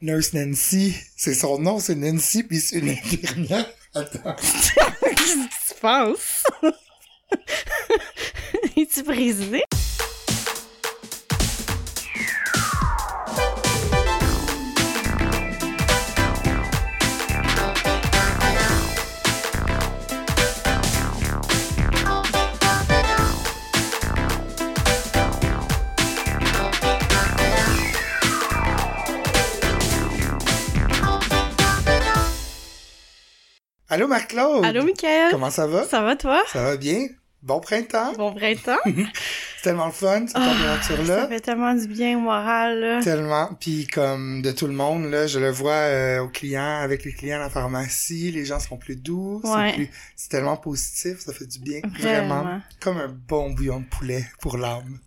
Nurse Nancy, c'est son nom, c'est Nancy, puis c'est une infirmière. Attends. Qu'est-ce que tu penses? Es-tu brisé? Allô, Marc-Claude? Allô, Mickaël? Comment ça va? Ça va, toi? Ça va bien? Bon printemps? Bon printemps? C'est tellement le fun, cette température-là. Ça fait tellement du bien au moral, là. Tellement. Puis comme de tout le monde, là, je le vois aux clients, avec les clients à la pharmacie, les gens sont plus doux, Ouais. c'est tellement positif, ça fait du bien. Vraiment. Comme un bon bouillon de poulet pour l'âme.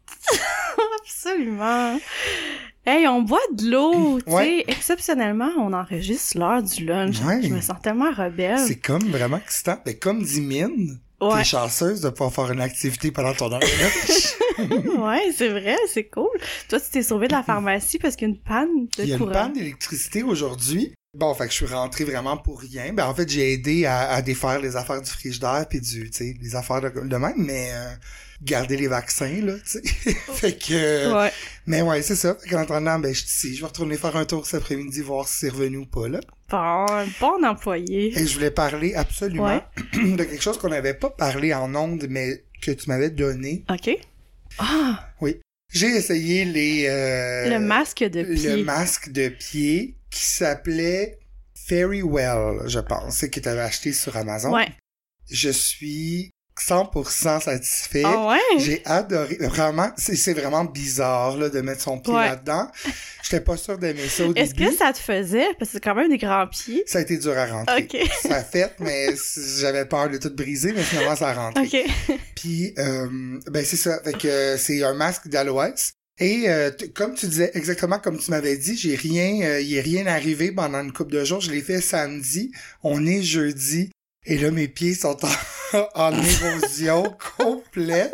Absolument. Hey, on boit de l'eau, tu sais. Ouais. Exceptionnellement, on enregistre l'heure du lunch. Ouais. Je me sens tellement rebelle. C'est comme vraiment excitant. Mais comme dit Mine, Ouais. t'es chanceuse de pouvoir faire une activité pendant ton heure de lunch. Ouais, c'est vrai, c'est cool. Toi, tu t'es sauvé de la pharmacie parce qu'il y a une panne de Il y a courant. une panne d'électricité aujourd'hui. Bon, fait que je suis rentré vraiment pour rien. Ben, en fait, j'ai aidé à défaire les affaires du frigidaire puis tu sais, les affaires de même, mais garder les vaccins, là, tu sais. Fait que... Ouais. Mais ouais, c'est ça. Fait qu'en attendant, ben, je suis ici. Je vais retourner faire un tour cet après-midi, voir si c'est revenu ou pas, là. Bon employé. Et je voulais parler absolument de quelque chose qu'on n'avait pas parlé en ondes, mais que tu m'avais donné. OK. Ah! Oui. J'ai essayé Le masque de pied. le masque de pied qui s'appelait Fairy-Well, je pense. C'est que tu avais acheté sur Amazon. Ouais. Je suis 100% satisfait. Ah ouais? J'ai adoré. Vraiment, c'est vraiment bizarre là, de mettre son pied Ouais. là-dedans. J'étais pas sûre d'aimer ça au Est-ce début. que ça te faisait? Parce que c'est quand même des grands pieds. Ça a été dur à rentrer. OK. Ça a fait, mais j'avais peur de tout briser, mais finalement, ça a rentré. OK. Puis, ben c'est ça. Fait que c'est un masque d'aloès. Et comme tu disais, exactement comme tu m'avais dit, il est rien arrivé pendant une couple de jours. Je l'ai fait samedi. On est jeudi. Et là, mes pieds sont en érosion complète.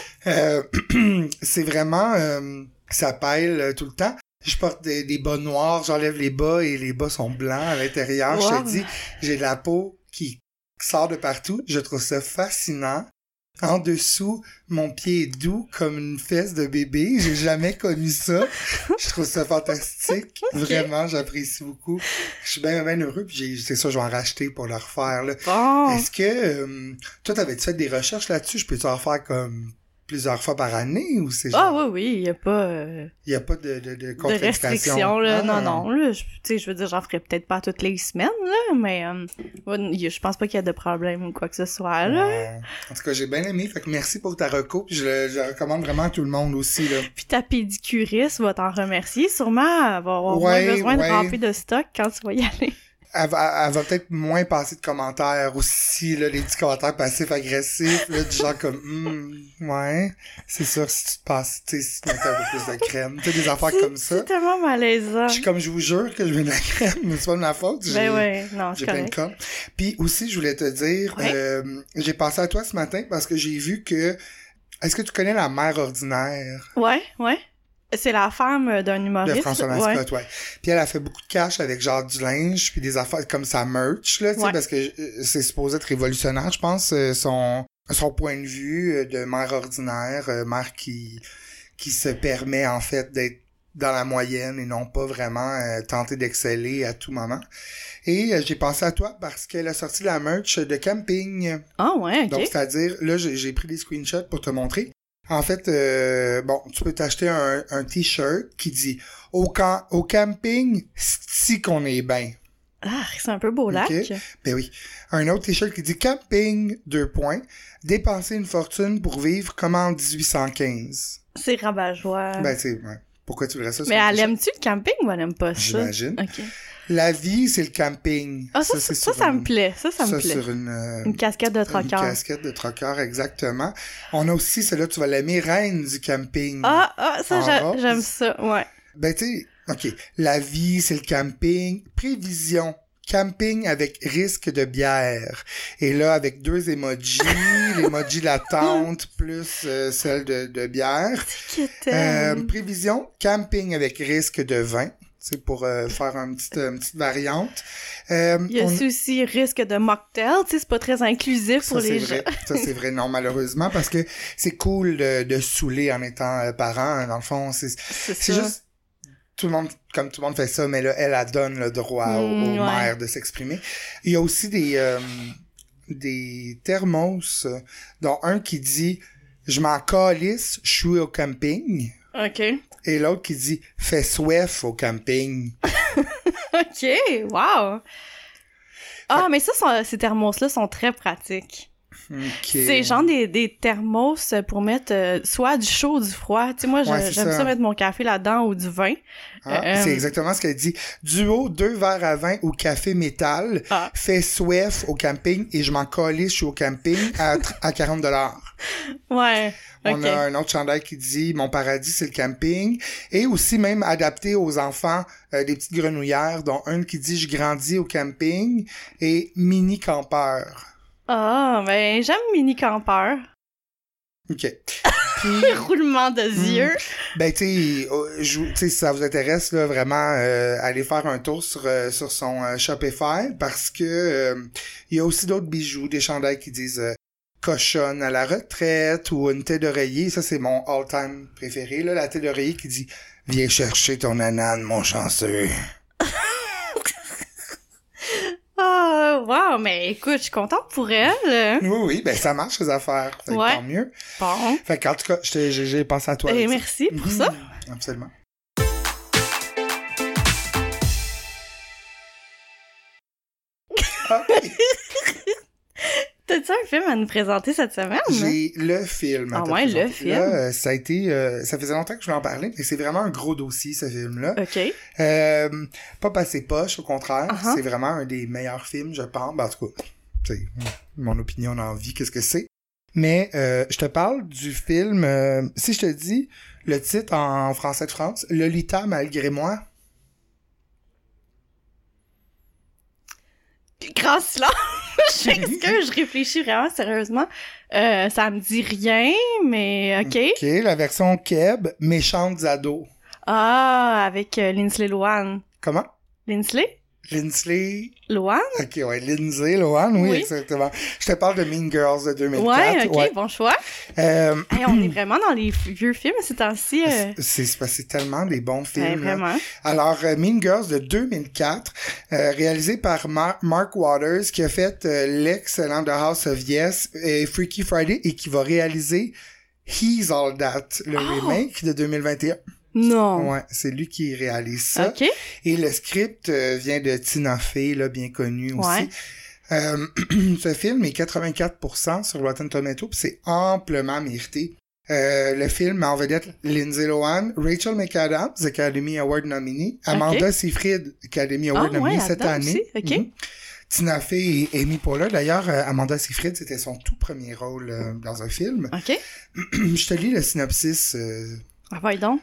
C'est vraiment... ça pèle tout le temps. Je porte des bas noirs, j'enlève les bas et les bas sont blancs à l'intérieur. Wow. Je te dis, j'ai de la peau qui sort de partout. Je trouve ça fascinant. En dessous, mon pied est doux comme une fesse de bébé. J'ai jamais connu ça. Je trouve ça fantastique. Okay. Vraiment, j'apprécie beaucoup. Je suis bien heureux. Puis c'est ça, je vais en racheter pour le refaire. Là. Bon. Est-ce que toi, t'avais-tu fait des recherches là-dessus? Je peux-tu en faire comme plusieurs fois par année ou c'est Ah genre... oui, il y a pas Il y a pas de de contre-indication? restrictions, là. Ah. Non. Là, tu sais, je veux dire, j'en ferais peut-être pas toutes les semaines, là, mais je pense pas qu'il y a de problème ou quoi que ce soit, là. Ouais. En tout cas, j'ai bien aimé. Fait que merci pour ta reco. Puis je le recommande vraiment à tout le monde aussi, là. Puis ta pédicuriste va t'en remercier. Sûrement, elle va avoir Ouais, moins besoin ouais. de ramper de stock quand tu vas y aller. Elle va peut-être moins passer de commentaires aussi, là, les petits commentaires passifs-agressifs, là, du genre comme, ouais, c'est sûr, si tu te passes, tu sais, si tu mettais un peu plus de crème, tu sais, des affaires comme ça. C'est tellement malaisant. Je vous jure que je mets de la crème, mais c'est pas de ma faute. Ben ouais, non, je J'ai plein de connais. cas. Puis aussi, je voulais te dire, Ouais. j'ai pensé à toi ce matin parce que j'ai vu que, est-ce que tu connais la mère ordinaire? Ouais. C'est la femme d'un humoriste. De François Mascotte, ouais. Puis elle a fait beaucoup de cash avec genre du linge puis des affaires comme sa merch, là, tu sais, Ouais. parce que c'est supposé être révolutionnaire, je pense, son point de vue de mère ordinaire, mère qui se permet en fait d'être dans la moyenne et non pas vraiment tenter d'exceller à tout moment. Et j'ai pensé à toi parce qu'elle a sorti la merch de camping. Ah ouais, ok. Donc, c'est-à-dire, là, j'ai pris des screenshots pour te montrer. En fait, bon, tu peux t'acheter un t-shirt qui dit « Au camping, si qu'on est bien Ah, c'est un peu beau lac. Ok. ». Ben oui. Un autre t-shirt qui dit « Camping, : dépenser une fortune pour vivre comme en 1815 C'est rabat-joie. ». Ben, tu sais, ouais. Pourquoi tu voudrais ça? sur Mais un elle t-shirt? aime-tu le camping ou elle aime pas ça? J'imagine. Ok. La vie, c'est le camping. Ah, ça, c'est ça, sur ça une- me plaît. Ça me plaît. sur Une casquette de une troqueur. casquette de troqueur, exactement. On a aussi, celle-là, tu vas l'aimer, reine du camping. Ah, ça, En rose. j'aime ça, ouais. Ben, tu sais, OK. La vie, c'est le camping. Prévision. Camping avec risque de bière. Et là, avec 2 emojis, l'emoji de la tente plus celle de bière. Que t'aimes. Prévision, camping avec risque de vin. c'est pour faire une petite variante. Il y a aussi risque de mocktail, tu sais, c'est pas très inclusif pour les gens. Ça, c'est vrai, non, malheureusement, parce que c'est cool de saouler en étant parent. Dans le fond, c'est juste... Tout le monde fait ça, mais là, elle donne le droit aux mères de s'exprimer. Il y a aussi des thermos, dont un qui dit « Je m'en calisse, je suis au camping ». OK. Et l'autre qui dit « Fais soif au camping ». OK, wow! Ah, mais ça, ces thermos-là sont très pratiques. Okay. C'est genre des thermos pour mettre soit du chaud ou du froid. Tu sais, moi, j'aime ça mettre mon café là-dedans ou du vin. C'est exactement ce qu'elle dit. Duo, 2 verres à vin ou café métal, fait soif au camping et je m'en calisse, je suis au camping à 40$. Ouais. On a un autre chandail qui dit « Mon paradis, c'est le camping ». Et aussi même adapté aux enfants, des petites grenouillères, dont une qui dit « Je grandis au camping » et « Mini campeur ». Ah, ben j'aime Mini campeur. OK. Puis, roulement de yeux. Ben, tu sais, si ça vous intéresse, là, vraiment, allez faire un tour sur son Shopify parce que il y a aussi d'autres bijoux, des chandails qui disent cochonne à la retraite ou une tête d'oreiller. Ça, c'est mon all-time préféré, là, la tête d'oreiller qui dit « Viens chercher ton ananas, mon chanceux ». Ah, wow, mais écoute, je suis contente pour elle. Oui, ben ça marche, les affaires. Fait que tant mieux. Bon. Fait qu'en tout cas, j'ai pensé à toi. Et merci pour ça. Absolument. T'as-tu un film à nous présenter cette semaine? J'ai le film. Ah ouais, le film. Là, ça a été, ça faisait longtemps que je voulais en parler, mais c'est vraiment un gros dossier, ce film-là. OK. Pas passé poche, au contraire. C'est vraiment un des meilleurs films, je pense. Ben, en tout cas, c'est mon opinion en vie, qu'est-ce que c'est. Mais, je te parle du film, si je te dis le titre en français de France, Lolita malgré moi. Grand silence! Je réfléchis vraiment sérieusement. Ça me dit rien, mais OK. OK, la version Keb, Méchante Zado. Ah, avec Lindsay Lohan. Comment? Lindsay Lohan? OK, ouais, Lindsay Lohan, oui, exactement. Je te parle de Mean Girls de 2004. Ouais, OK, bon choix. On est vraiment dans les vieux films ces temps-ci. C'est tellement des bons films. Ouais, vraiment. Alors, Mean Girls de 2004, réalisé par Mark Waters, qui a fait l'excellent The House of Yes et Freaky Friday, et qui va réaliser He's All That, le remake de 2021. Non. Ouais, c'est lui qui réalise ça. OK. Et le script vient de Tina Fey, là, bien connue aussi. Ce film est 84% sur Rotten Tomatoes, puis c'est amplement mérité. Le film met en vedette Lindsay Lohan, Rachel McAdams, Academy Award nominee, Amanda Seyfried, Academy Award nominee cette année. Aussi? OK. Tina Fey et Amy Poehler. D'ailleurs, Amanda Seyfried, c'était son tout premier rôle dans un film. OK. Je te lis le synopsis. Ah, voyons donc.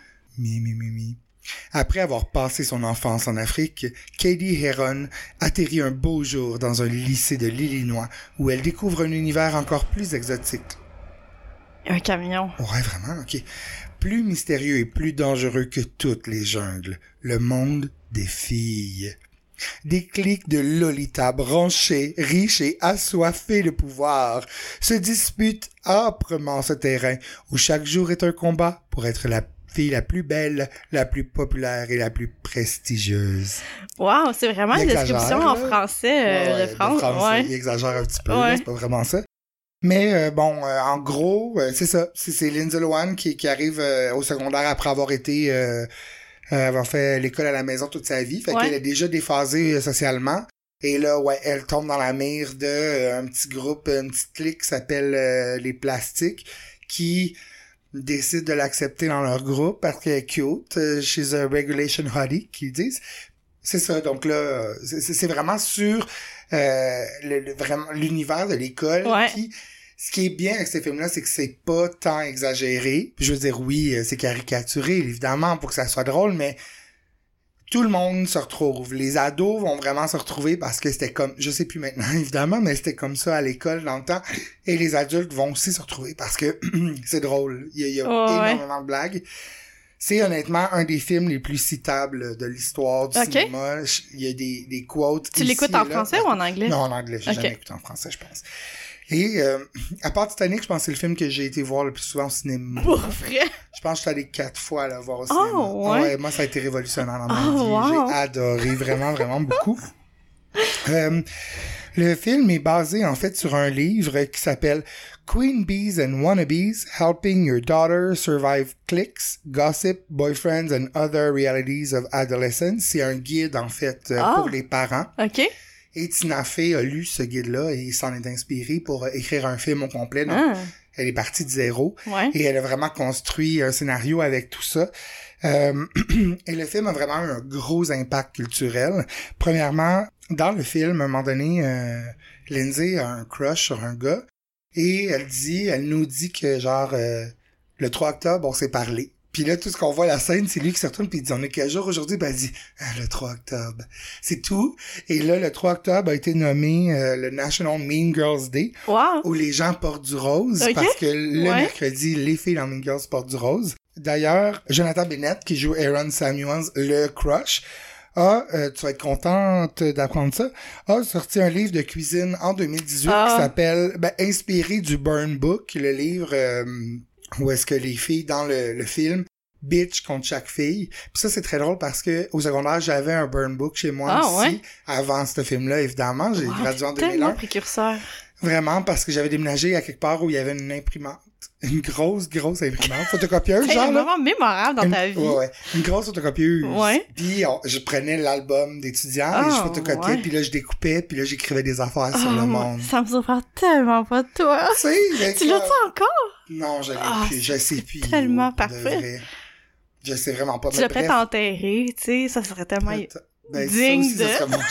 Après avoir passé son enfance en Afrique, Katie Heron atterrit un beau jour dans un lycée de l'Illinois où elle découvre un univers encore plus exotique. Un camion. Ouais, vraiment, OK. Plus mystérieux et plus dangereux que toutes les jungles. Le monde des filles. Des cliques de Lolita branchées, riches et assoiffées de pouvoir se disputent âprement ce terrain où chaque jour est un combat pour être la fille la plus belle, la plus populaire et la plus prestigieuse. Wow, c'est vraiment une description en français de France. Ouais. Il exagère un petit peu, là, c'est pas vraiment ça. Mais en gros, c'est ça. C'est Lindsay Lohan qui arrive au secondaire après avoir été avoir fait l'école à la maison toute sa vie. Fait qu'elle est déjà déphasée socialement. Et là, elle tombe dans la mire de un petit groupe, une petite clique qui s'appelle les Plastiques, qui décident de l'accepter dans leur groupe parce qu'elle est cute. She's a regulation hottie, qu'ils disent. C'est ça. Donc là, c'est vraiment sur vraiment l'univers de l'école. Puis, ce qui est bien avec ces films-là, c'est que c'est pas tant exagéré. Puis je veux dire, oui, c'est caricaturé, évidemment, pour que ça soit drôle, mais tout le monde se retrouve. Les ados vont vraiment se retrouver parce que c'était comme, je sais plus maintenant, évidemment, mais c'était comme ça à l'école dans le temps. Et les adultes vont aussi se retrouver parce que c'est drôle. Il y a énormément de blagues. C'est honnêtement un des films les plus citables de l'histoire du cinéma. Il y a des quotes. Tu l'écoutes en français ou en anglais? Non, en anglais. J'ai jamais écouté en français, je pense. Et à part Titanic, je pense que c'est le film que j'ai été voir le plus souvent au cinéma. Pour vrai? Je pense que je suis allé 4 fois à le voir au cinéma. Oh, ouais? Moi, ça a été révolutionnaire dans ma vie. Wow. J'ai adoré, vraiment, vraiment beaucoup. Le film est basé, en fait, sur un livre qui s'appelle Queen Bees and Wannabes, Helping Your Daughter Survive Cliques, Gossip, Boyfriends and Other Realities of Adolescence. C'est un guide, en fait, pour les parents. OK. Et Tina Fey a lu ce guide-là et s'en est inspirée pour écrire un film au complet. Donc, elle est partie de zéro. Ouais. Et elle a vraiment construit un scénario avec tout ça. Et le film a vraiment eu un gros impact culturel. Premièrement, dans le film, à un moment donné, Lindsay a un crush sur un gars. Et elle nous dit que genre, le 3 octobre, on s'est parlé. Puis là, tout ce qu'on voit à la scène, c'est lui qui se retourne puis il dit, on est quel jour aujourd'hui? Ben, elle dit, le 3 octobre. C'est tout. Et là, le 3 octobre a été nommé le National Mean Girls Day. Wow. Où les gens portent du rose. Parce que le mercredi, les filles dans Mean Girls portent du rose. D'ailleurs, Jonathan Bennett, qui joue Aaron Samuels, le crush, tu vas être contente d'apprendre ça, a sorti un livre de cuisine en 2018 qui s'appelle, inspiré du Burn Book, le livre où est-ce que les filles dans le film bitch contre chaque fille. Puis ça, c'est très drôle parce que au secondaire, j'avais un Burn Book chez moi aussi, avant ce film-là, évidemment. J'ai gradué en 2001. Tellement précurseur. Vraiment, parce que j'avais déménagé à quelque part où il y avait une imprimante. Une grosse imprimante. Photocopieuse, genre. C'est vraiment mémorable dans ta vie. Ouais. Une grosse photocopieuse. Ouais. Puis je prenais l'album d'étudiants et je photocopiais, puis là, je découpais, puis là, j'écrivais des affaires sur le monde. Ça me surprend tellement pas de toi. Tu sais, tu l'as-tu encore? Non, je l'ai plus. Je sais plus. Tellement parfait. Je sais vraiment pas. Tu l'as peut-être enterré, tu sais, ça serait tellement... Ben, digne ça aussi, de...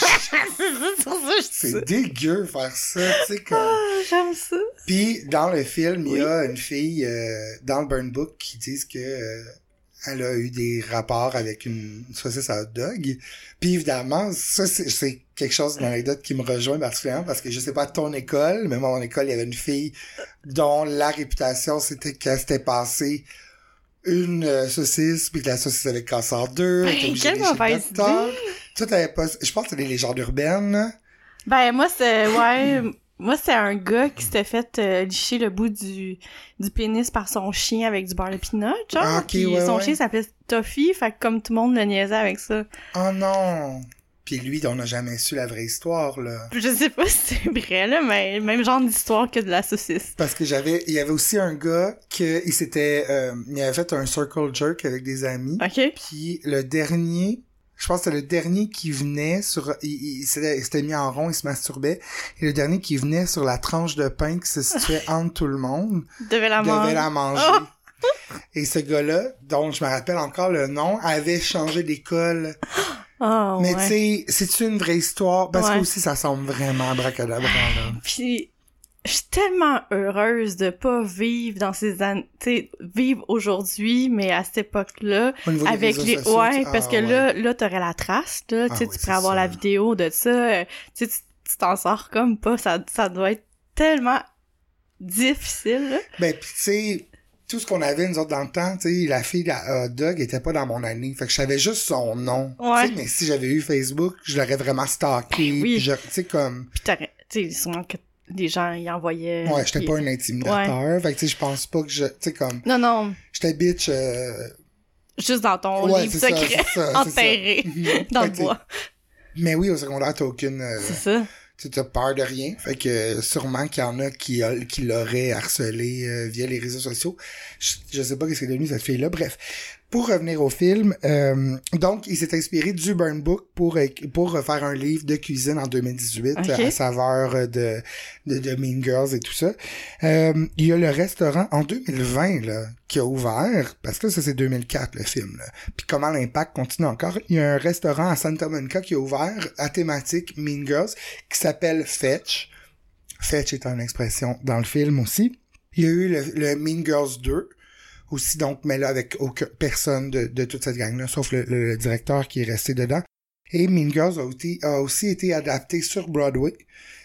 C'est dégueu faire ça, tu sais, comme... j'aime ça. Puis, dans le film, il y a une fille, dans le Burn Book, qui dit que elle a eu des rapports avec une saucisse à hot dog. Puis, évidemment, ça, c'est quelque chose d'une anecdote qui me rejoint particulièrement, parce que je sais pas, ton école, mais moi, mon école, il y avait une fille dont la réputation, c'était qu'elle s'était passée une saucisse, puis que la saucisse avait cassé en deux. Quelle mauvaise idée! Toi, t'avais pas... Je pense que c'était des légendes urbaines. Ben, moi, c'est... Ouais... Moi, c'est un gars qui s'était fait licher le bout du pénis par son chien avec du beurre de peanut, genre. Ah, okay, puis son chien s'appelait Toffee, fait que comme tout le monde le niaisait avec ça. Oh non! Puis lui, on n'a jamais su la vraie histoire, là. Je sais pas si c'est vrai, là, mais même genre d'histoire que de la saucisse. Parce que il y avait aussi un gars il avait fait un circle jerk avec des amis. OK. Puis le dernier... Je pense que c'était le dernier qui venait sur... Il s'était mis en rond, il se masturbait. Et le dernier qui venait sur la tranche de pain qui se situait entre tout le monde... devait la manger. Oh! Et ce gars-là, dont je me rappelle encore le nom, avait changé d'école. Oh, mais tu sais, c'est-tu une vraie histoire? Parce que aussi, ça semble vraiment abracadabra, là. Puis... Je suis tellement heureuse de pas vivre dans ces années, tu sais, vivre aujourd'hui, mais à cette époque-là, avec les, parce que là, t'aurais la trace, là, tu sais, tu pourrais avoir la vidéo de ça, tu sais, tu t'en sors comme pas, ça doit être tellement difficile, là. Ben, pis tu sais, tout ce qu'on avait, nous autres, dans le temps, tu sais, la fille de Hot Dog était pas dans mon année, fait que je savais juste son nom, tu sais, mais si j'avais eu Facebook, je l'aurais vraiment stalké, tu sais, comme... Pis t'aurais, tu sais, sûrement que les gens y envoyaient... Ouais, j'étais pas un intimidateur. Fait que, tu sais, je pense pas que tu sais, comme... Non. J'étais bitch... Juste dans ton livre secret, enterré, dans le bois. Mais oui, au secondaire, t'as aucune... c'est ça. T'as peur de rien. Fait que sûrement qu'il y en a qui l'auraient harcelé via les réseaux sociaux. Je sais pas qu'est-ce qui est devenu cette fille-là. Bref. Pour revenir au film, donc il s'est inspiré du Burn Book pour faire un livre de cuisine en 2018 à saveur de Mean Girls et tout ça. Il y a le restaurant en 2020 là qui a ouvert, parce que là, ça c'est 2004 le film. Là. Puis comment l'impact continue encore. Il y a un restaurant à Santa Monica qui a ouvert à thématique Mean Girls qui s'appelle Fetch. Fetch est une expression dans le film aussi. Il y a eu le Mean Girls 2. Aussi, donc, mais là, avec aucune personne de toute cette gang-là, sauf le directeur qui est resté dedans. Et Mean Girls a aussi été adapté sur Broadway.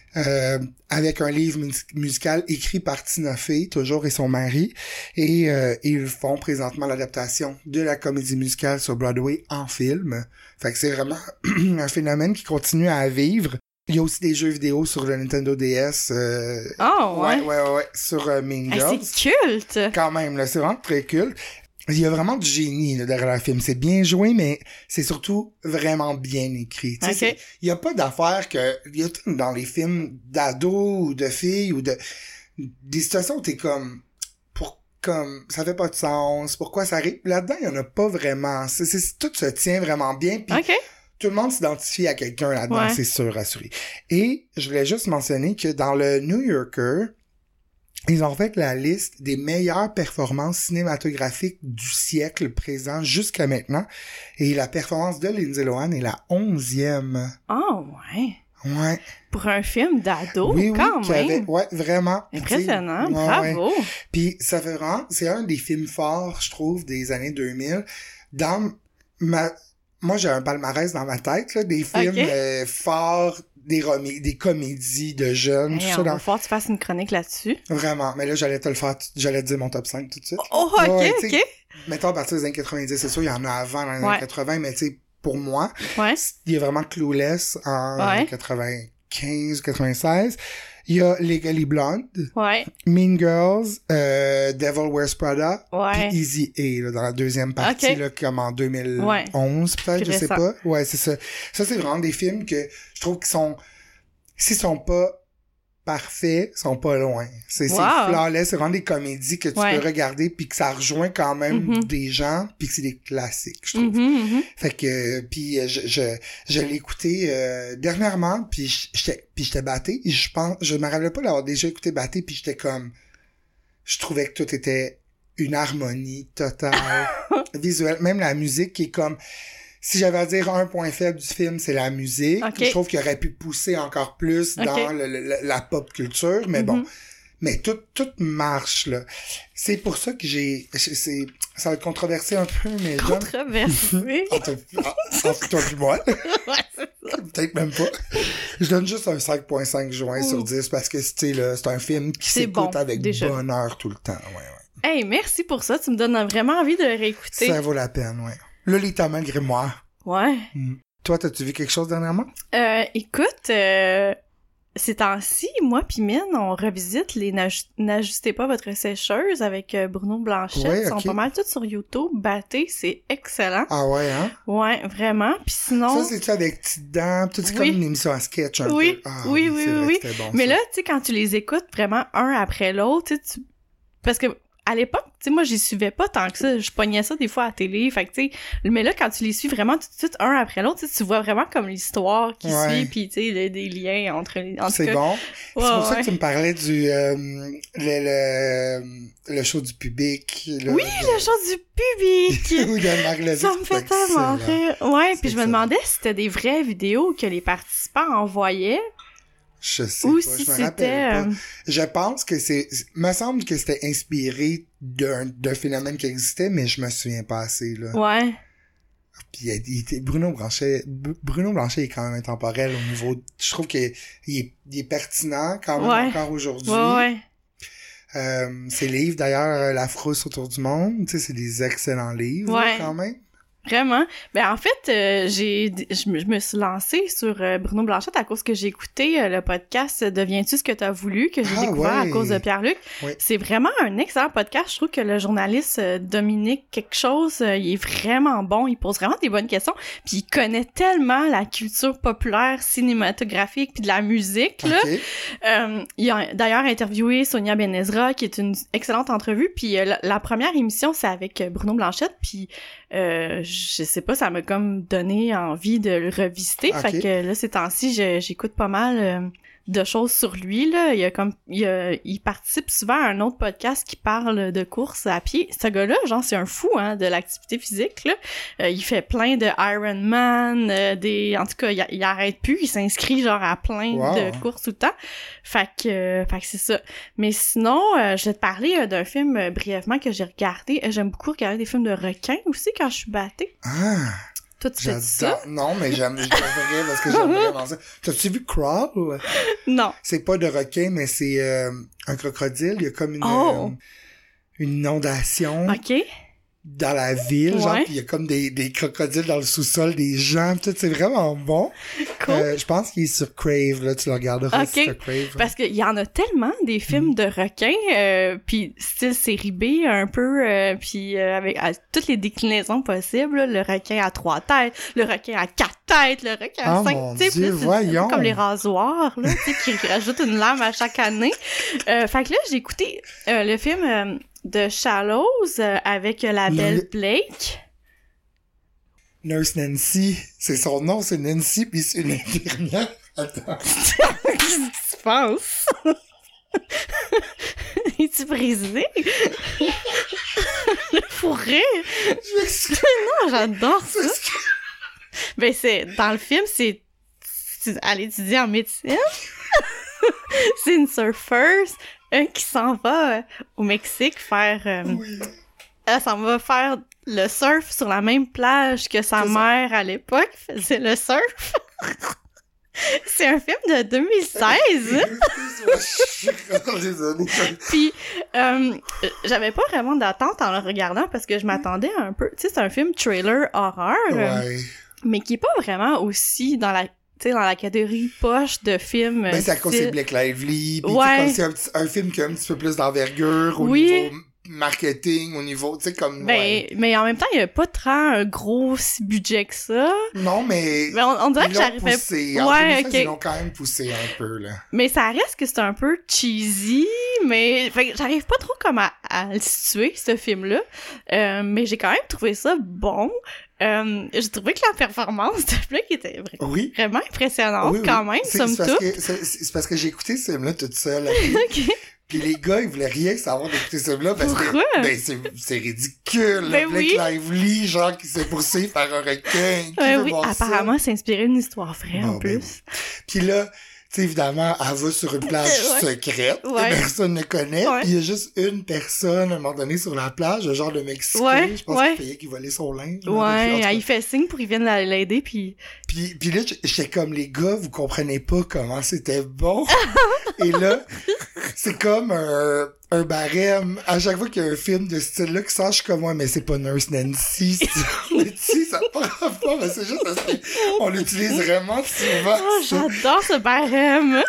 avec un livre musical écrit par Tina Fey, toujours, et son mari. Et ils font présentement l'adaptation de la comédie musicale sur Broadway en film. Fait que c'est vraiment un phénomène qui continue à vivre. Il y a aussi des jeux vidéo sur le Nintendo DS. Ouais, sur Mean Girls. C'est culte! Quand même, là, c'est vraiment très culte. Il y a vraiment du génie là, derrière le film. C'est bien joué, mais c'est surtout vraiment bien écrit. Okay. Il y a pas d'affaire que... Il y a dans les films d'ados ou de filles ou des situations où t'es comme... ça fait pas de sens. Pourquoi ça arrive? Là-dedans, il y en a pas vraiment. Tout se tient vraiment bien. Puis tout le monde s'identifie à quelqu'un là-dedans, c'est sûr, assuré. Et je voulais juste mentionner que dans le New Yorker, ils ont fait la liste des meilleures performances cinématographiques du siècle présent jusqu'à maintenant. Et la performance de Lindsay Lohan est la 11e. Oh, ouais. Ouais. Pour un film d'ado, oui, quand même. Ouais, vraiment. Impressionnant, bravo. Ouais. Puis ça fait vraiment... C'est un des films forts, je trouve, des années 2000. Moi, j'ai un palmarès dans ma tête, là, des films forts, des comédies de jeunes, tout ça. On va falloir que tu fasses une chronique là-dessus. Vraiment. Mais là, j'allais te dire mon top 5 tout de suite. Oh, OK. Mettons, à partir des années 90, c'est sûr, il y en a avant dans les années 80, mais tu sais, pour moi, il y a vraiment Clueless en 95, 96. Il y a Legally Blonde, Mean Girls, Devil Wears Prada, puis Easy A, là, dans la deuxième partie, là, comme en 2011, peut-être, je sais pas. Ouais, c'est ça. Ça, c'est vraiment des films que je trouve qu'ils sont, s'ils sont pas parfaits, sont pas loin. C'est flawless, c'est vraiment des comédies que tu peux regarder puis que ça rejoint quand même des gens puis que c'est des classiques, je trouve. Fait que puis je l'ai écouté dernièrement puis j'étais batté, je me rappelais pas l'avoir déjà écouté batté puis j'étais comme je trouvais que tout était une harmonie totale visuelle, même la musique qui est comme si j'avais à dire un point faible du film, c'est la musique. Je trouve qu'il aurait pu pousser encore plus dans la pop culture, mais bon. Mais tout marche, là. C'est pour ça que ça va être controversé un peu, mais... Controversé? Entre toi et moi. Peut-être même pas. Je donne juste un 5.5 juin sur 10 parce que, tu sais, là, c'est un film qui s'écoute avec bonheur tout le temps. Hey, merci pour ça. Tu me donnes vraiment envie de le réécouter. Ça vaut la peine, Lolita malgré moi. Ouais. Toi, t'as-tu vu quelque chose dernièrement? Écoute, ces temps-ci, moi pis Mine, on revisite les N'ajustez pas votre sécheuse avec Bruno Blanchet. Ils sont pas mal tous sur YouTube. Batté, c'est excellent. Ah ouais, hein? Ouais, vraiment. Puis sinon... Ça, c'est-tu avec Petites Dents? C'est comme une émission à sketch un peu. Oui. Bon, mais là, tu sais, quand tu les écoutes vraiment un après l'autre, tu... Parce que à l'époque, tu sais, moi, j'y suivais pas tant que ça. Je pognais ça des fois à la télé. Fait que, tu sais, mais là, quand tu les suis vraiment tout de suite, un après l'autre, tu vois vraiment comme l'histoire qui suit, puis tu sais, des liens entre les... C'est bon. C'est pour ça que tu me parlais du... le show du public. Le show du public! Oui, de Marc Levy. Ça me fait tellement rire. Ouais, puis je me demandais si c'était des vraies vidéos que les participants envoyaient. Je sais ou pas, si je me rappelle pas. Je pense que me semble que c'était inspiré d'un phénomène qui existait, mais je me souviens pas assez, là. Ouais. Puis Bruno Blanchet est quand même intemporel au niveau... Je trouve qu'il est pertinent quand même encore aujourd'hui. Ouais. Ses livres, d'ailleurs, La frousse autour du monde, tu sais, c'est des excellents livres, là, quand même. Vraiment. Ben en fait, je me suis lancée sur Bruno Blanchet à cause que j'ai écouté le podcast Deviens-tu ce que t'as voulu, que j'ai découvert à cause de Pierre-Luc. C'est vraiment un excellent podcast. Je trouve que le journaliste Dominique quelque chose, il est vraiment bon. Il pose vraiment des bonnes questions. Puis il connaît tellement la culture populaire, cinématographique, puis de la musique, là. Il a d'ailleurs interviewé Sonia Benezra, qui est une excellente entrevue. Puis la première émission, c'est avec Bruno Blanchet. Puis je sais pas, ça m'a comme donné envie de le revisiter. Fait que là, ces temps-ci, j'écoute pas mal de choses sur lui, là. Il participe souvent à un autre podcast qui parle de course à pied. Ce gars-là, genre, c'est un fou, hein, de l'activité physique, là. Il fait plein de Ironman, en tout cas, il arrête plus, il s'inscrit, genre, à plein de courses tout le temps. Fait que c'est ça. Mais sinon, je vais te parler d'un film brièvement que j'ai regardé. J'aime beaucoup regarder des films de requins aussi quand je suis battée. Toi, tu fais ça? Non, mais je devrais parce que j'aime vraiment ça. T'as-tu vu Crawl? Non. C'est pas de requin, mais c'est un crocodile. Il y a comme une inondation. OK. Dans la ville, genre, pis il y a comme des crocodiles dans le sous-sol, des gens, tout, c'est vraiment bon. Cool. Je pense qu'il est sur Crave, là, tu le regarderas sur Crave. Parce qu'il y en a tellement des films de requins, puis style série B un peu, puis avec toutes les déclinaisons possibles, là, le requin à 3 têtes, le requin à 4 têtes, le requin à 5 têtes. Dieu, voyons! Comme les rasoirs, là, tu sais, qui rajoutent une lame à chaque année. Fait que là, j'ai écouté le film de Shallows avec la belle Blake. Nurse Nancy, c'est son nom, c'est Nancy, puis c'est une infirmière. Attends. Qu'est-ce que tu penses? Es-tu brisé? Le fourré? Non, j'adore ça. Ben, dans le film, elle étudie en médecine. C'est une surfeuse qui s'en va au Mexique faire... Elle s'en va faire le surf sur la même plage que sa mère à l'époque faisait le surf. C'est un film de 2016. Puis, j'avais pas vraiment d'attente en le regardant parce que je m'attendais un peu... Tu sais, c'est un film trailer horreur, mais qui est pas vraiment aussi dans la catégorie poche de films. Ben, c'est à cause c'est Blake Lively, pis c'est un film qui a un petit peu plus d'envergure au niveau marketing, au niveau, tu sais, comme... Ben, mais en même temps, il y a pas tant un gros budget que ça. Non, mais... on dirait que j'arrivais... Ils l'ont quand même poussé un peu, là. Mais ça reste que c'est un peu cheesy, mais... Fait que j'arrive pas trop comme à le situer, ce film-là. Mais j'ai quand même trouvé ça bon. J'ai trouvé que la performance de Blake était vraiment impressionnante quand même, somme toute. C'est parce que j'ai écouté ce film-là toute seule. OK. Pis les gars, ils voulaient rien savoir d'écouter ce film-là parce que, ben, c'est ridicule. Ben Blake Lively, genre, qui s'est poursuivi par un requin. Apparemment, c'est inspiré d'une histoire vraie, en plus. Ben, puis là, tu sais, évidemment, elle va sur une plage secrète que personne ne connaît. Puis il y a juste une personne, à un moment donné, sur la plage, le genre de Mexicain, je pense qu'il payait qui volait son linge. Il fait signe pour qu'il vienne l'aider, puis là, j'étais comme, les gars, vous comprenez pas comment c'était bon. Et là, c'est comme un barème. À chaque fois qu'il y a un film de ce style-là qui sort, je suis comme, ouais, mais c'est pas Nurse Nancy. Ça prend pas, mais c'est juste parce qu'on l'utilise vraiment souvent. Oh, j'adore ce barème.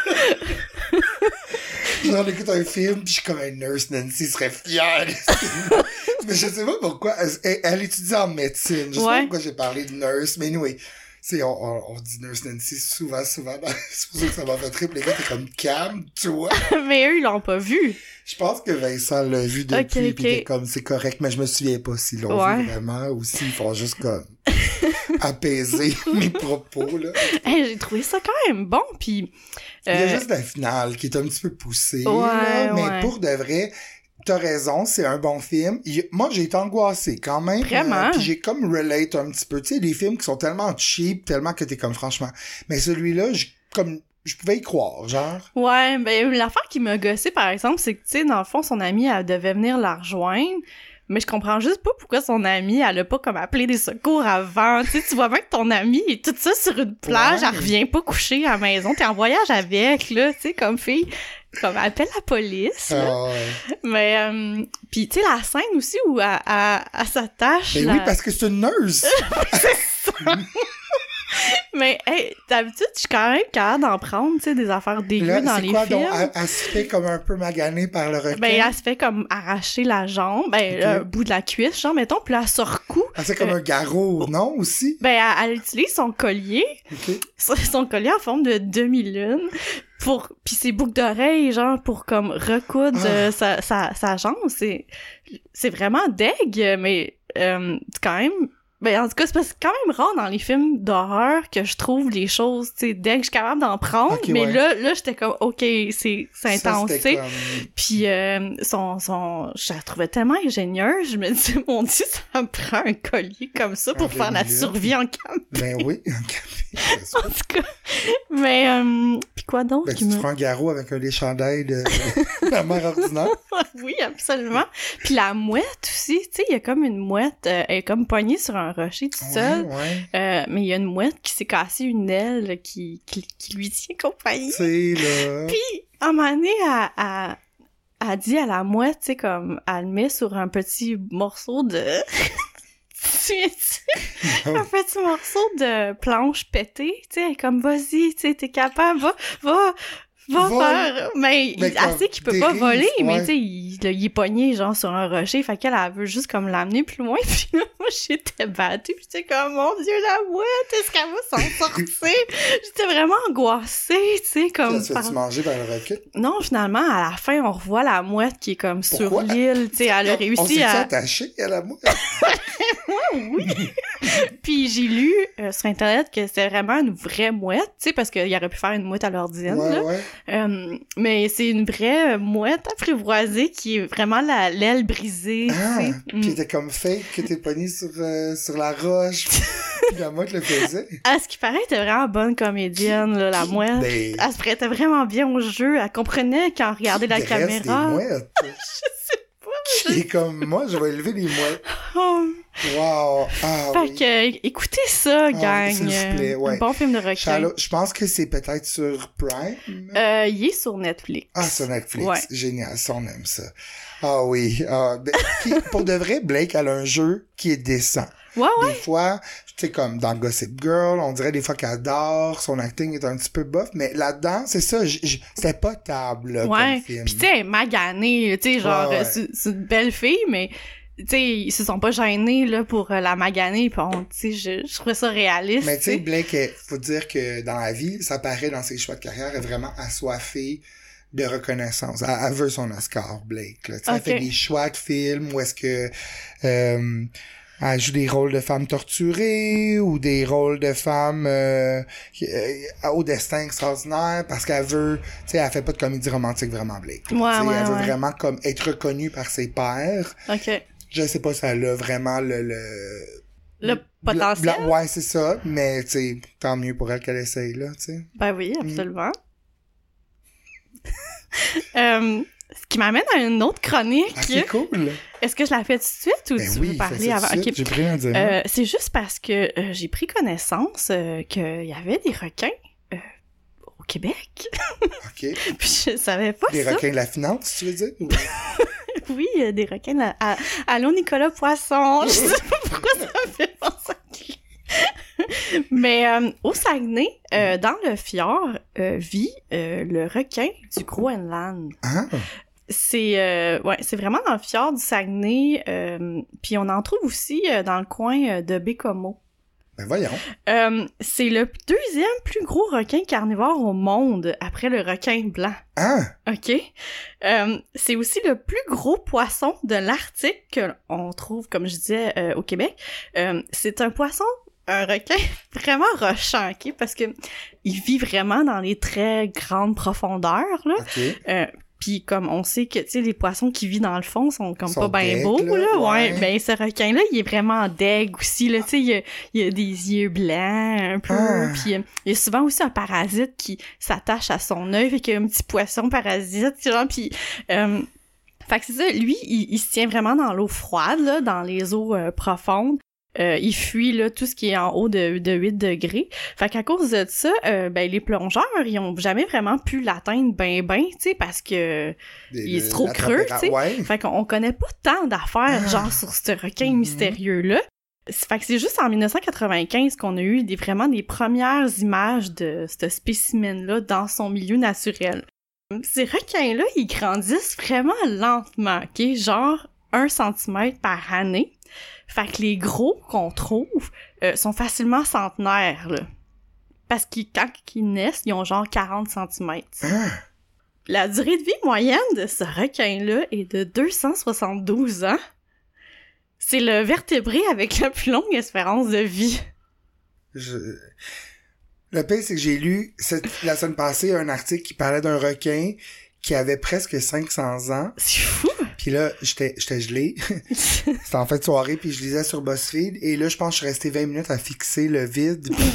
Genre, on écoute un film, pis je suis comme, Nurse Nancy serait fière. Mais je sais pas pourquoi. Elle étudie en médecine. Je sais pas pourquoi j'ai parlé de nurse, mais anyway. Tu sais, on dit Nurse Nancy souvent. C'est pour ça que ça m'a fait triple. Les gars, t'es comme calme, tu vois. Mais eux, ils l'ont pas vu. Je pense que Vincent l'a vu depuis, pis t'es comme, c'est correct, mais je me souviens pas s'ils l'ont vu vraiment, ou s'ils font juste comme apaiser mes propos, là. J'ai trouvé ça quand même bon, pis... Il y a juste la finale qui est un petit peu poussée, là, mais pour de vrai... T'as raison, c'est un bon film. Moi, j'ai été angoissé quand même. Vraiment? Puis j'ai comme relate un petit peu. Tu sais, des films qui sont tellement cheap, tellement que t'es comme franchement. Mais celui-là, je pouvais y croire, genre. Ouais, ben l'affaire qui m'a gossé, par exemple, c'est que, tu sais, dans le fond, son amie, elle devait venir la rejoindre. Mais je comprends juste pas pourquoi son amie, elle a pas comme appelé des secours avant. Tu sais, tu vois bien que ton amie est toute ça sur une plage, elle revient pas coucher à la maison, t'es en voyage avec, là, tu sais, comme fille. Comme, appelle la police, là. Mais, pis tu sais, la scène aussi où elle s'attache... Ben oui, parce que c'est une nurse! C'est ça! Mais, hey, d'habitude, je suis quand même capable d'en prendre, tu sais, des affaires dégueu dans les films. Donc, elle se fait comme un peu maganée par le requin? Ben, elle se fait comme arracher la jambe, le bout de la cuisse, genre, mettons, puis là, elle se recoue. Elle fait comme un garrot, non, aussi? Ben, elle utilise son collier. Son collier en forme de demi-lune. Pis ses boucles d'oreilles, genre, pour comme recoudre sa jambe. C'est vraiment deg, mais c'est quand même... Ben, en tout cas, c'est quand même rare dans les films d'horreur que je trouve les choses, tu sais, dès que je suis capable d'en prendre, mais là, j'étais comme, OK, c'est intense, tu sais. Comme... Puis, je la trouvais tellement ingénieuse, je me disais, mon Dieu, ça me prend un collier comme ça pour faire la survie en camping. Ben oui, en camping. En tout cas, Mais, pis quoi donc? Ben, tu te prends un garrot avec un des chandails de la mère ordinaire. Oui, absolument. Puis la mouette aussi, tu sais, il y a comme une mouette, elle est comme poignée sur un rocher tout seul. Ouais. Mais il y a une mouette qui s'est cassée une aile qui lui tient compagnie. Tu sais, là. Puis, à un moment donné, elle dit à la mouette, tu sais, comme, elle le met sur un petit morceau de... un petit morceau de planche pétée, tu sais, elle est comme, vas-y, tu sais, t'es capable, va faire, mais elle sait qu'il peut pas voler, mais tu sais, il est pogné, genre, sur un rocher, fait qu'elle, elle veut juste, comme, l'amener plus loin, puis là, moi, j'étais battue, pis j'étais comme, mon Dieu, la mouette, est-ce qu'elle va s'en sortir? J'étais vraiment angoissée, tu sais, comme... Tu vas-tu manger par le recul? Non, finalement, à la fin, on revoit la mouette qui est comme sur l'île, tu sais, elle a réussi on s'est attaché à la mouette? Oui! Puis j'ai lu sur Internet que c'était vraiment une vraie mouette, tu sais, parce qu'il aurait pu faire une mouette à l'ordine, là. Ouais. Mais c'est une vraie mouette apprivoisée qui est vraiment l'aile brisée, Ah! tu sais. Puis était comme fake que t'es pogné sur la roche, puis la mouette le faisait. À ce qui paraît, elle était vraiment bonne comédienne, là, la mouette. Ben... Elle se prêtait vraiment bien au jeu, elle comprenait quand on regardait la caméra. Des mouettes? Je sais pas. Qui est comme moi, je vais élever les mouettes. Oh. Wow! Ah, fait oui. que, écoutez ça, gang. S'il vous plaît, ouais. Un bon film de requin. Charlotte, je pense que c'est peut-être sur Prime. Il est sur Netflix. Ah, sur Netflix. Ouais. Génial, ça, on aime ça. Ah oui. Puis, pour de vrai, Blake, elle a un jeu qui est décent. Ouais. Des fois, tu sais, comme dans Gossip Girl, on dirait des fois qu'elle adore, son acting est un petit peu bof, mais là-dedans, c'est ça, c'était potable, là, comme film. Pis tu sais, maganée, tu sais, genre, Ouais. c'est une belle fille, mais... Tu sais, ils se sont pas gênés, là, pour la maganer, pis tu sais, je trouvais ça réaliste. Mais tu sais, Blake, faut dire que dans la vie, ça paraît dans ses choix de carrière, elle est vraiment assoiffée de reconnaissance. Elle veut son Oscar, Blake, là. Tu sais, elle fait des choix de films où est-ce que elle joue des rôles de femmes torturées ou des rôles de femmes au destin extraordinaire parce qu'elle veut, tu sais, elle fait pas de comédie romantique vraiment, Blake. Elle veut vraiment comme être reconnue par ses pairs. OK. Je sais pas si elle a vraiment le potentiel. Ouais, c'est ça, mais tu sais, tant mieux pour elle qu'elle essaye, là, tu sais. Ben oui, absolument. Ce qui m'amène à une autre chronique. Ah, c'est cool. Est-ce que je la fais tout de suite ou tu veux parler avant? Okay. J'ai pris un diamant. C'est juste parce que j'ai pris connaissance qu'il y avait des requins au Québec. OK. Puis je savais pas des ça. Des requins de la finance, tu veux dire? Oui, des requins Allô, Nicolas Poisson! Je sais pas pourquoi ça me fait penser à mais au Saguenay, dans le fjord, vit le requin du Groenland. Ah! C'est vraiment dans le fjord du Saguenay, puis on en trouve aussi dans le coin de Bécomo. Ben voyons. C'est le deuxième plus gros requin carnivore au monde, après le requin blanc. Ah! OK. C'est aussi le plus gros poisson de l'Arctique qu'on trouve, comme je disais, au Québec. C'est un requin vraiment rochant, OK? Parce que il vit vraiment dans les très grandes profondeurs, là. OK. Puis comme on sait que, tu sais, les poissons qui vivent dans le fond sont comme pas bien beaux, là. Ouais. Ben, ce requin-là, il est vraiment deg aussi, là. Tu sais, il a des yeux blancs, un peu. Puis il y a souvent aussi un parasite qui s'attache à son œil, fait qu'il y a un petit poisson parasite, genre, puis... fait que c'est ça, lui, il se tient vraiment dans l'eau froide, là, dans les eaux profondes. Il fuit là tout ce qui est en haut de 8 degrés. Fait qu'à cause de ça, les plongeurs, ils ont jamais vraiment pu l'atteindre ben, tu sais, parce que il est trop creux, tu sais. Ouais. Fait qu'on connaît pas tant d'affaires, genre, sur ce requin mystérieux-là. Fait que c'est juste en 1995 qu'on a eu vraiment des premières images de ce spécimen-là dans son milieu naturel. Ces requins-là, ils grandissent vraiment lentement, ok? Genre 1 cm par année. Fait que les gros qu'on trouve sont facilement centenaires, là. Parce que quand ils naissent, ils ont genre 40 cm. La durée de vie moyenne de ce requin-là est de 272 ans. C'est le vertébré avec la plus longue espérance de vie. Le pire, c'est que j'ai lu la semaine passée un article qui parlait d'un requin qui avait presque 500 ans. C'est fou! Puis là, j'étais gelé. C'était en fin de soirée, puis je lisais sur BuzzFeed. Et là, je pense que je suis resté 20 minutes à fixer le vide.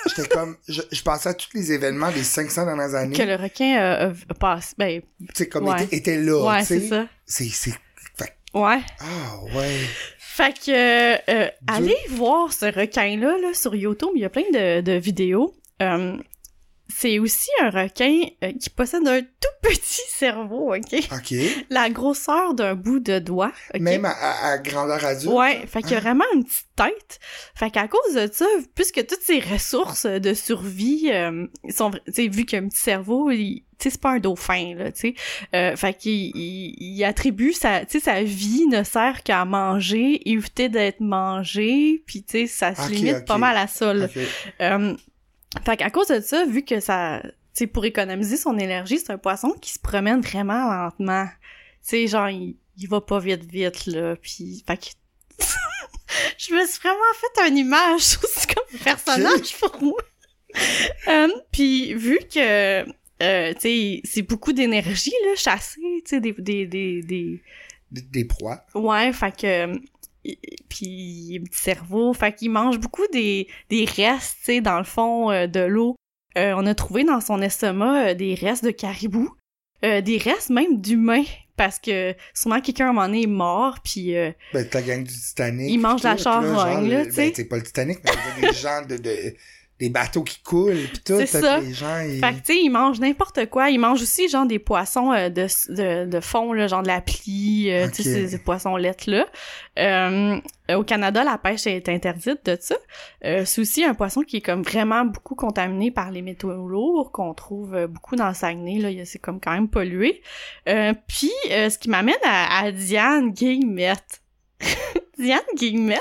j'étais comme... Je pensais à tous les événements des 500 dernières années. Que le requin passe... Ben... Tu sais, comme était là, ouais, tu sais. c'est ça. Fait... Ouais. Ah, ouais. Fait que... allez voir ce requin-là là, sur YouTube. Il y a plein de vidéos. C'est aussi un requin qui possède un tout petit cerveau, OK? OK. La grosseur d'un bout de doigt, OK? Même à grandeur adulte? Ouais, fait qu'il y a vraiment une petite tête. Fait qu'à cause de ça, puisque toutes ses ressources de survie sont... Tu sais, vu qu'il y a un petit cerveau, tu sais, c'est pas un dauphin, là, tu sais. Fait qu'il attribue sa vie ne sert qu'à manger, éviter d'être mangé, puis tu sais, ça se limite pas mal à ça, là. Okay. Fait qu'à cause de ça, vu que ça... Tu sais, pour économiser son énergie, c'est un poisson qui se promène vraiment lentement. Tu sais, genre, il va pas vite, là, pis... Fait que... Je me suis vraiment fait une image aussi comme personnage pour moi. Puis vu que... tu sais, c'est beaucoup d'énergie, là, chasser, tu sais, des proies. Ouais, fait que... Puis il a un petit cerveau, fait qu'il mange beaucoup des restes, tu sais, dans le fond de l'eau. On a trouvé dans son estomac des restes de caribou, des restes même d'humains, parce que sûrement quelqu'un à un moment donné est mort, puis... Ben, la gang du Titanic. Il mange la charogne, là, tu sais. Ben, c'est pas le Titanic, mais il y a des gens des bateaux qui coulent, pis tout. C'est ça. Les gens, Fait que, tu sais, ils mangent n'importe quoi. Ils mangent aussi, genre, des poissons de fond, là, genre de la plie, tu sais, ces poissons là. Au Canada, la pêche est interdite de ça. C'est aussi un poisson qui est comme vraiment beaucoup contaminé par les métaux lourds, qu'on trouve beaucoup dans le Saguenay, là. C'est comme quand même pollué. Puis, ce qui m'amène à Diane Guillemette. Diane Guillemette...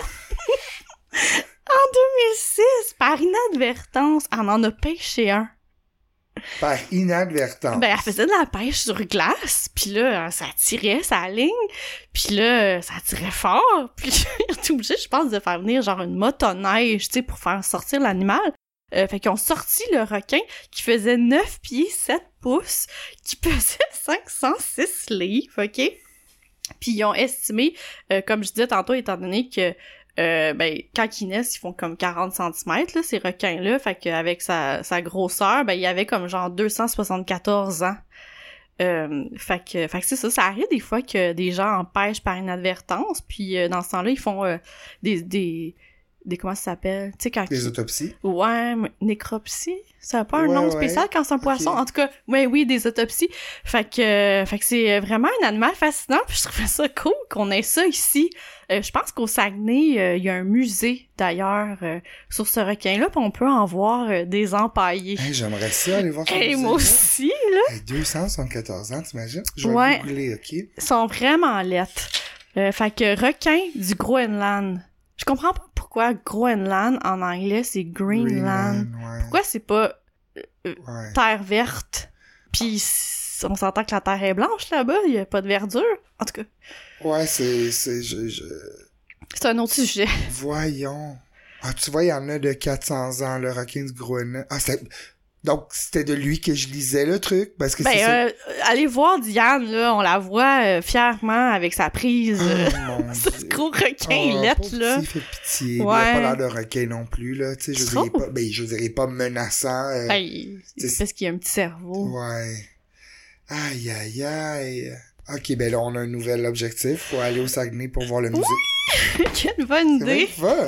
En 2006, par inadvertance, elle en a pêché un. Par inadvertance? Ben, elle faisait de la pêche sur glace, puis là, ça tirait sa ligne, puis là, ça tirait fort, puis il était obligé, je pense, de faire venir genre une motoneige, tu sais, pour faire sortir l'animal. Fait qu'ils ont sorti le requin qui faisait 9 pieds 7 pouces, qui pesait 506 livres, OK? Puis ils ont estimé, comme je disais tantôt, étant donné que ben, quand ils naissent, ils font comme 40 cm, là, ces requins-là. Fait qu'avec sa grosseur, ben, il y avait comme genre 274 ans. Fait que c'est ça. Ça arrive des fois que des gens en pêchent par inadvertance, puis dans ce temps-là, ils font des comment ça s'appelle? Tu sais, quand... Des autopsies? Ouais, nécropsie? Ça n'a pas un nom spécial quand c'est un poisson? En tout cas, oui, des autopsies. Fait que c'est vraiment un animal fascinant, puis je trouvais ça cool qu'on ait ça ici. Je pense qu'au Saguenay, il y a un musée, d'ailleurs, sur ce requin-là, puis on peut en voir des empaillés. Hey, j'aimerais ça aller voir ce musée-là. Moi aussi, là! Hey, 274 ans, t'imagines? Je vais googler, OK? Ils sont vraiment lettres. Fait que requin du Groenland. Je comprends pas pourquoi Groenland, en anglais, c'est Greenland. Ouais. Pourquoi c'est pas terre verte? Puis on s'entend que la terre est blanche là-bas, il y a pas de verdure. En tout cas. Ouais, c'est un autre sujet. Voyons. Ah, tu vois, il y en a de 400 ans, le requin du Groenland. Ah, donc, c'était de lui que je lisais le truc, parce que allez voir Diane, là, on la voit fièrement avec sa prise. Ce gros requin lettre, là. Il fait pitié. Il a pas l'air de requin non plus, là. Tu sais, je dirais pas menaçant. C'est parce qu'il a un petit cerveau. Ouais. Aïe, aïe, aïe. OK, ben là, on a un nouvel objectif. Faut aller au Saguenay pour voir le musée. Quelle bonne idée! C'est fun!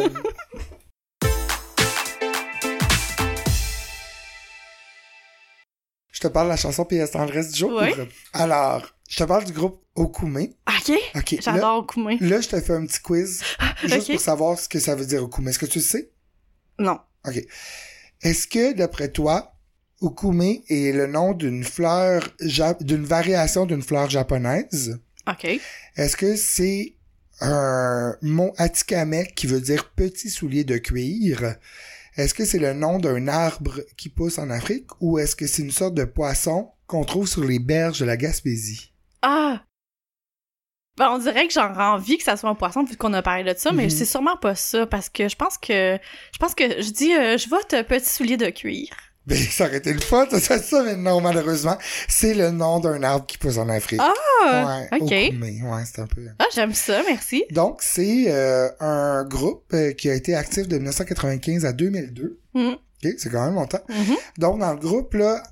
Je te parle de la chanson P.S. Tendresse du jour. Oui. Alors, je te parle du groupe Okume. OK. J'adore Okume. Là, je te fais un petit quiz juste pour savoir ce que ça veut dire Okume. Est-ce que tu le sais? Non. OK. Est-ce que, d'après toi, Okume est le nom d'une fleur, d'une variation d'une fleur japonaise? OK. Est-ce que c'est un mot atikamekw qui veut dire petit soulier de cuir? Est-ce que c'est le nom d'un arbre qui pousse en Afrique ou est-ce que c'est une sorte de poisson qu'on trouve sur les berges de la Gaspésie? Ah! Ben, on dirait que j'en ai envie que ça soit un poisson vu qu'on a parlé de ça, mais c'est sûrement pas ça parce que je pense que je dis je vote petit soulier de cuir. Ben, ça aurait été le fun, ça, mais non, malheureusement, c'est le nom d'un arbre qui pousse en Afrique. Ah! Ouais, OK. Ouais, c'est un peu... Ah, j'aime ça, merci. Donc, c'est un groupe qui a été actif de 1995 à 2002. OK, c'est quand même longtemps. Mm-hmm. Donc, dans le groupe, là,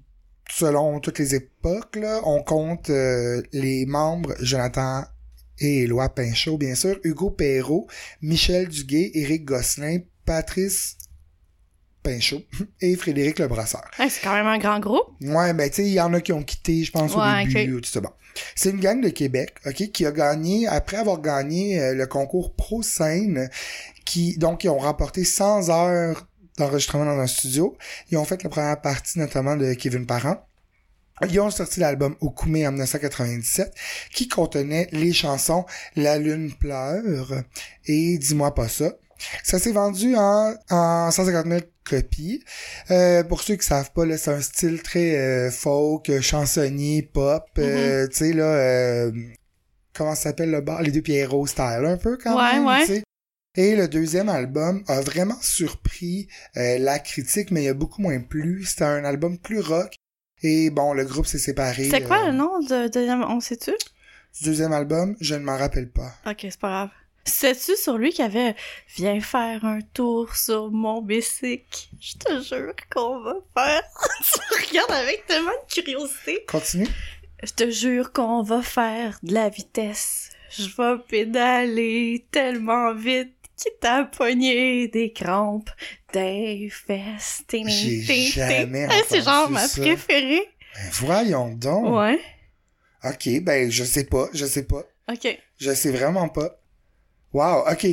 selon toutes les époques, là, on compte les membres Jonathan et Éloi Pinchot, bien sûr, Hugo Perrault, Michel Duguay, Éric Gosselin, Patrice Pinchot et Frédéric Lebrasseur. Ouais, c'est quand même un grand groupe. Ouais, ben tu sais, il y en a qui ont quitté, je pense, au début. Tout ça. Bon. C'est une gang de Québec, OK, qui a gagné, après avoir gagné le concours Pro Scène, donc ils ont remporté 100 heures d'enregistrement dans un studio. Ils ont fait la première partie, notamment, de Kevin Parent. Ils ont sorti l'album Okoumé en 1997, qui contenait les chansons La Lune pleure et Dis-moi pas ça. Ça s'est vendu en 150 000 copies. Pour ceux qui savent pas, là, c'est un style très folk, chansonnier, pop. Tu sais, là, comment ça s'appelle le bar? Les Deux Pierrots style, un peu quand même. Tu sais. Et le deuxième album a vraiment surpris la critique, mais il a beaucoup moins plu. C'était un album plus rock. Et bon, le groupe s'est séparé. C'est quoi le nom de deuxième, on sait-tu? Du deuxième album, je ne m'en rappelle pas. Ok, c'est pas grave. Sais-tu sur lui qu'il y avait « Viens faire un tour sur mon bicycle ». Je te jure qu'on va faire... Tu me regardes avec tellement de curiosité. Continue. Je te jure qu'on va faire de la vitesse. Je vais pédaler tellement vite qu'il t'a pogné des crampes, des fesses. J'ai jamais entendu c'est genre ma ça. préférée. Ben, voyons donc. Ouais. OK, ben je sais pas. OK. Je sais vraiment pas. Wow, OK.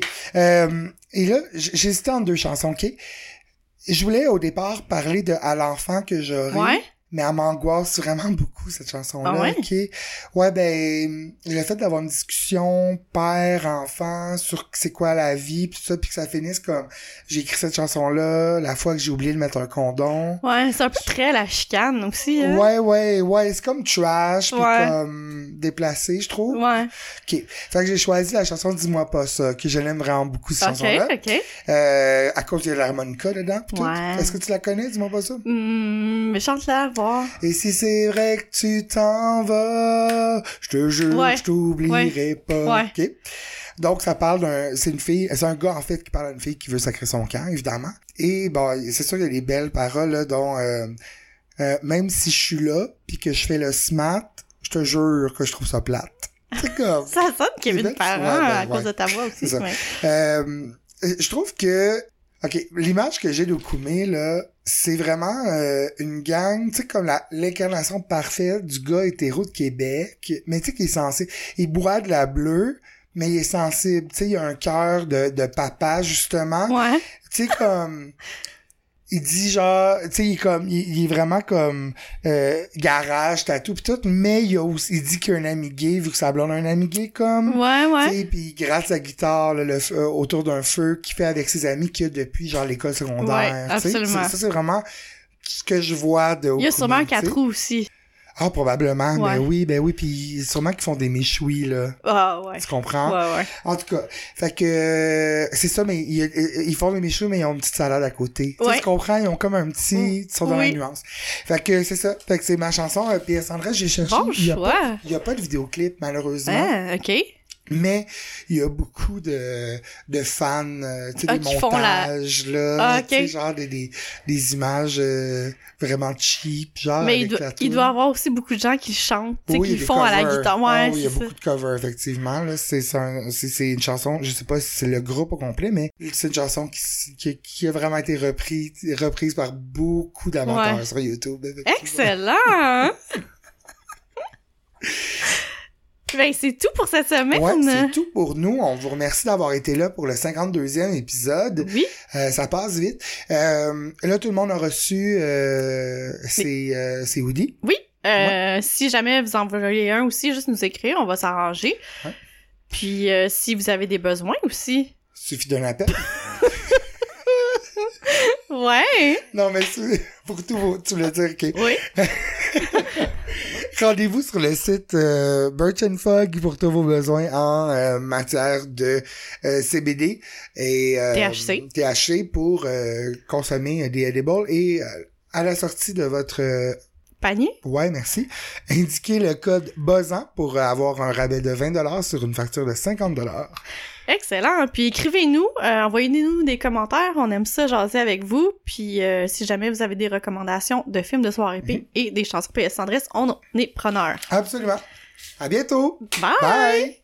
Et là, j'hésitais entre deux chansons, OK? Je voulais au départ parler de À l'enfant que j'aurai. Ouais. Mais elle m'angoisse vraiment beaucoup, cette chanson-là. Ah ouais? OK? Ouais, ben, le fait d'avoir une discussion père-enfant sur c'est quoi la vie, pis tout ça, puis que ça finisse comme j'ai écrit cette chanson-là la fois que j'ai oublié de mettre un condom. Ouais, c'est un peu très la chicane aussi. Hein? Ouais, c'est comme trash, pis comme déplacé, je trouve. Ouais. OK. Fait que j'ai choisi la chanson Dis-moi pas ça, que je l'aime vraiment beaucoup, cette chanson-là. OK. À cause qu'il y a de l'harmonica dedans, pis tout. Ouais. Est-ce que tu la connais, Dis-moi pas ça? Mais chante-la, voir. Et si c'est vrai que tu t'en vas, je te jure que je t'oublierai pas. OK? Donc, ça parle c'est un gars, en fait, qui parle à une fille qui veut sacrer son camp, évidemment. Et bon, c'est sûr qu'il y a des belles paroles, là, dont, même si je suis là, puis que je fais le smart, je te jure que je trouve ça plate. C'est comme... Ça sonne Kevin Parent à cause de ta voix aussi. C'est ça. Je trouve que, OK, l'image que j'ai d'Okoumé, là, c'est vraiment une gang, tu sais, comme l'incarnation parfaite du gars hétéro de Québec, mais tu sais, qui est censé... Il boit de la bleue, mais il est sensible, tu sais, il a un cœur de papa, justement. Ouais. Tu sais, comme... Il dit genre, tu sais, il est vraiment comme garage, tatou pis tout, mais il dit qu'il y a un ami gay, vu que sa blonde a un ami gay comme. Ouais. Tu sais, pis il gratte sa guitare là, autour d'un feu qu'il fait avec ses amis qu'il a depuis genre l'école secondaire. Ouais, absolument. Ça, c'est vraiment ce que je vois de Il y a sûrement un 4 roues aussi. Ah, probablement. Ouais. Ben oui, puis sûrement qu'ils font des méchouis, là. Ah, ouais. Tu comprends? Ouais. En tout cas, fait que c'est ça, mais ils font des méchouis, mais ils ont une petite salade à côté. Tu comprends? Ils ont comme un petit... Ils sont dans la nuance. Fait que c'est ça. Fait que c'est ma chanson. P.S. André, j'ai cherché. Bon il y a pas de vidéoclip, malheureusement. Ah, OK. Mais il y a beaucoup de fans, tu sais, des montages, là, tu sais, genre des images vraiment cheap, genre. Mais il doit y avoir aussi beaucoup de gens qui chantent, tu sais, qui font covers à la guitare. Ouais, il y a beaucoup de covers, effectivement, là. C'est une chanson, je sais pas si c'est le groupe au complet, mais c'est une chanson qui a vraiment été reprise par beaucoup d'amateurs sur YouTube. Excellent! Ben, c'est tout pour cette semaine. Ouais, c'est tout pour nous. On vous remercie d'avoir été là pour le 52e épisode. Oui. Ça passe vite. Là, tout le monde a reçu ses hoodies. Oui. Si jamais vous en voulez un aussi, juste nous écrire, on va s'arranger. Ouais. Puis, si vous avez des besoins aussi. Suffit d'un appel. Ouais. Non, mais pour tout, tu voulais dire, OK. Oui. Rendez-vous sur le site Birch & Fog pour tous vos besoins en matière de CBD et THC pour consommer des edibles. Et à la sortie de votre panier. Ouais, merci. Indiquez le code BOZAN pour avoir un rabais de 20$ sur une facture de 50$. Excellent. Puis écrivez-nous, envoyez-nous des commentaires. On aime ça jaser avec vous. Puis si jamais vous avez des recommandations de films de soirée épée et des chansons PS Tendresse, on est preneurs. Absolument. À bientôt. Bye!